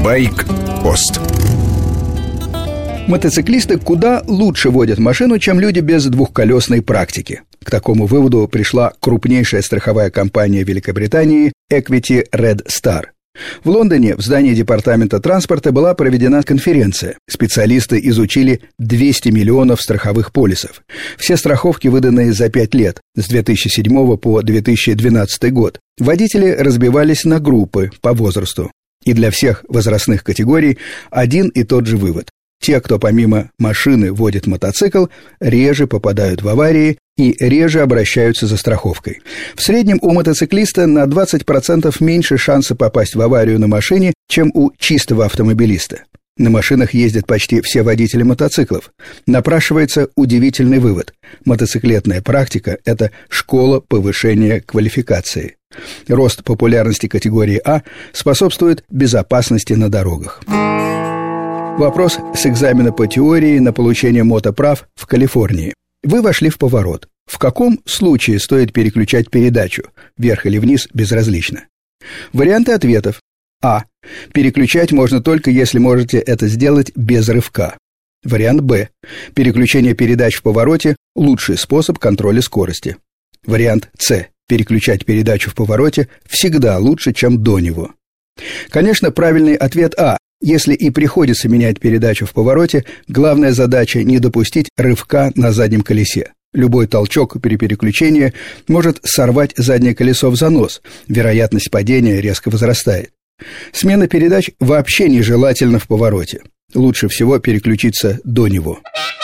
Байк-пост. Мотоциклисты куда лучше водят машину, чем люди без двухколесной практики. К такому выводу пришла крупнейшая страховая компания Великобритании Equity Red Star. В Лондоне в здании Департамента транспорта была проведена конференция. Специалисты изучили 200 миллионов страховых полисов. Все страховки, выданные за 5 лет, с 2007 по 2012 год. Водители разбивались на группы по возрасту. И для всех возрастных категорий один и тот же вывод. Те, кто помимо машины водит мотоцикл, реже попадают в аварии и реже обращаются за страховкой. В среднем у мотоциклиста на 20% меньше шанса попасть в аварию на машине, чем у чистого автомобилиста. На машинах ездят почти все водители мотоциклов. Напрашивается удивительный вывод. Мотоциклетная практика – это школа повышения квалификации. Рост популярности категории А способствует безопасности на дорогах. Вопрос с экзамена по теории на получение мотоправ в Калифорнии. Вы вошли в поворот. В каком случае стоит переключать передачу? Вверх или вниз – безразлично. Варианты ответов. А. Переключать можно только если можете это сделать без рывка. Вариант Б. Переключение передач в повороте – лучший способ контроля скорости. Вариант С. Переключать передачу в повороте всегда лучше, чем до него. Конечно, правильный ответ А. Если и приходится менять передачу в повороте, главная задача не допустить рывка на заднем колесе. Любой толчок при переключении может сорвать заднее колесо в занос, вероятность падения резко возрастает. Смена передач вообще нежелательна в повороте. Лучше всего переключиться до него.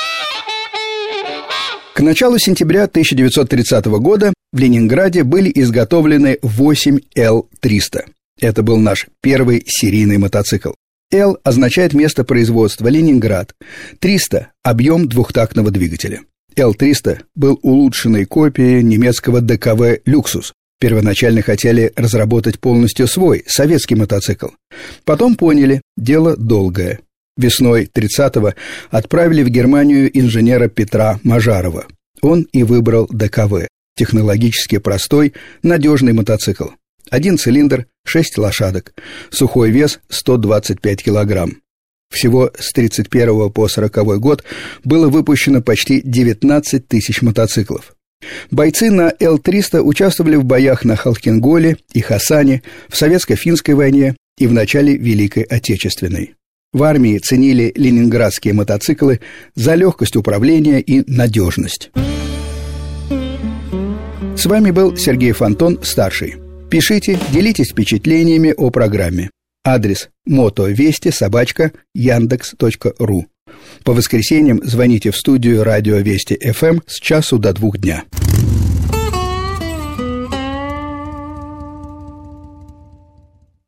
К началу сентября 1930 года в Ленинграде были изготовлены 8 L300. Это был наш первый серийный мотоцикл. L означает место производства – Ленинград. 300 – объем двухтактного двигателя. L300 был улучшенной копией немецкого ДКВ «Люксус». Первоначально хотели разработать полностью свой, советский мотоцикл. Потом поняли – дело долгое. Весной 30-го отправили в Германию инженера Петра Мажарова. Он и выбрал ДКВ – технологически простой, надежный мотоцикл. 1 цилиндр, 6 лошадок. Сухой вес 125 килограмм. Всего с 1931 по 1940 год было выпущено почти 19 тысяч мотоциклов. Бойцы на Л-300 участвовали в боях на Халхинголе и Хасане, в Советско-финской войне и в начале Великой Отечественной. В армии ценили ленинградские мотоциклы за легкость управления и надежность. С вами был Сергей Фонтон, старший. Пишите, делитесь впечатлениями о программе. Адрес motovesti@yandex.ru. По воскресеньям звоните в студию Радио Вести ФМ с часу до 2 дня.